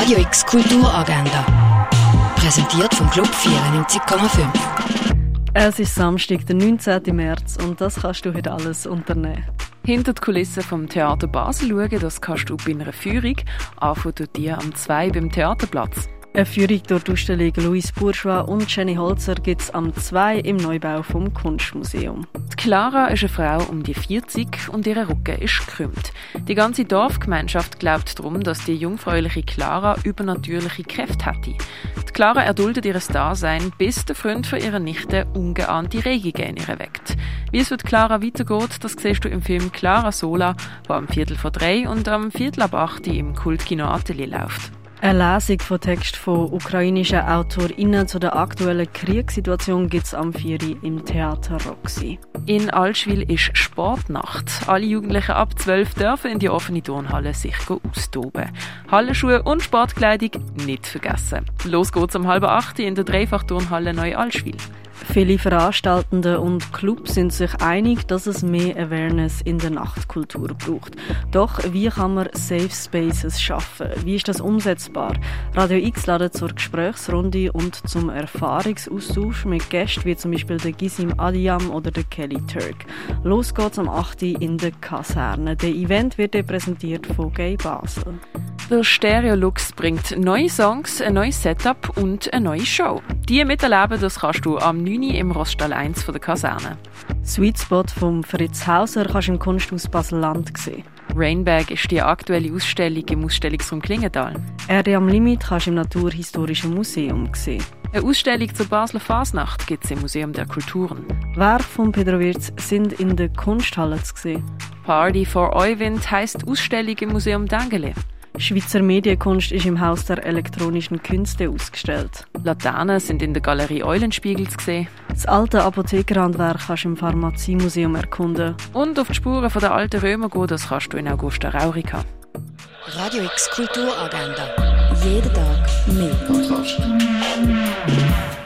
Radio X Kulturagenda. Präsentiert vom Club 94,5. Es ist Samstag, der 19. März, und das kannst du heute alles unternehmen. Hinter die Kulissen vom Theater Basel schauen, das kannst du bei einer Führung. Anfangen tut die am 2 beim Theaterplatz. Eine Führung durch die Ausstellung Louise Bourgeois und Jenny Holzer gibt es am 2 im Neubau vom Kunstmuseum. Die Clara ist eine Frau um die 40 und ihr Rücken ist gekrümmt. Die ganze Dorfgemeinschaft glaubt darum, dass die jungfräuliche Clara übernatürliche Kräfte hätte. Die Clara erduldet ihr Dasein, bis der Freund von ihrer Nichte ungeahnte Regungen in ihr weckt. Wie es mit Clara weitergeht, das siehst du im Film Clara Sola, der am 3:15 und am 7:45 im Kultkino Atelier läuft. Eine Lesung von Texten von ukrainischen AutorInnen zu der aktuellen Kriegssituation gibt es am 4 im Theater Roxy. In Allschwil ist Sportnacht. Alle Jugendlichen ab 12 dürfen in die offene Turnhalle sich austoben. Hallenschuhe und Sportkleidung nicht vergessen. Los geht's um 7:30 in der Dreifach-Turnhalle Neu-Allschwil. Viele Veranstaltende und Clubs sind sich einig, dass es mehr Awareness in der Nachtkultur braucht. Doch wie kann man Safe Spaces schaffen? Wie ist das umsetzbar? Radio X ladet zur Gesprächsrunde und zum Erfahrungsaustausch mit Gästen wie zum Beispiel der Gisim Adiam oder der Kelly Turk. Los geht's am 8. in der Kaserne. Der Event wird präsentiert von Gay Basel. Der Stereolux bringt neue Songs, ein neues Setup und eine neue Show. Die miterleben, das kannst du am 9. im Roststall 1 von der Kaserne. Sweet Spot von Fritz Hauser kannst du im Kunsthaus Basel-Land sehen. Rainbag ist die aktuelle Ausstellung im Ausstellungsraum Klingenthal. RD am Limit kannst du im Naturhistorischen Museum sehen. Eine Ausstellung zur Basler Fasnacht gibt es im Museum der Kulturen. Werke von Pedro Wirz sind in der Kunsthalle zu sehen. Party for Euwind heisst Ausstellung im Museum Dengele. Schweizer Medienkunst ist im Haus der elektronischen Künste ausgestellt. Laternen sind in der Galerie Eulenspiegel zu sehen. Das alte Apothekerhandwerk kannst du im Pharmaziemuseum erkunden. Und auf die Spuren der alten Römer gehen, das kannst du in Augusta Raurica. Radio X Kulturagenda. Jeden Tag mehr.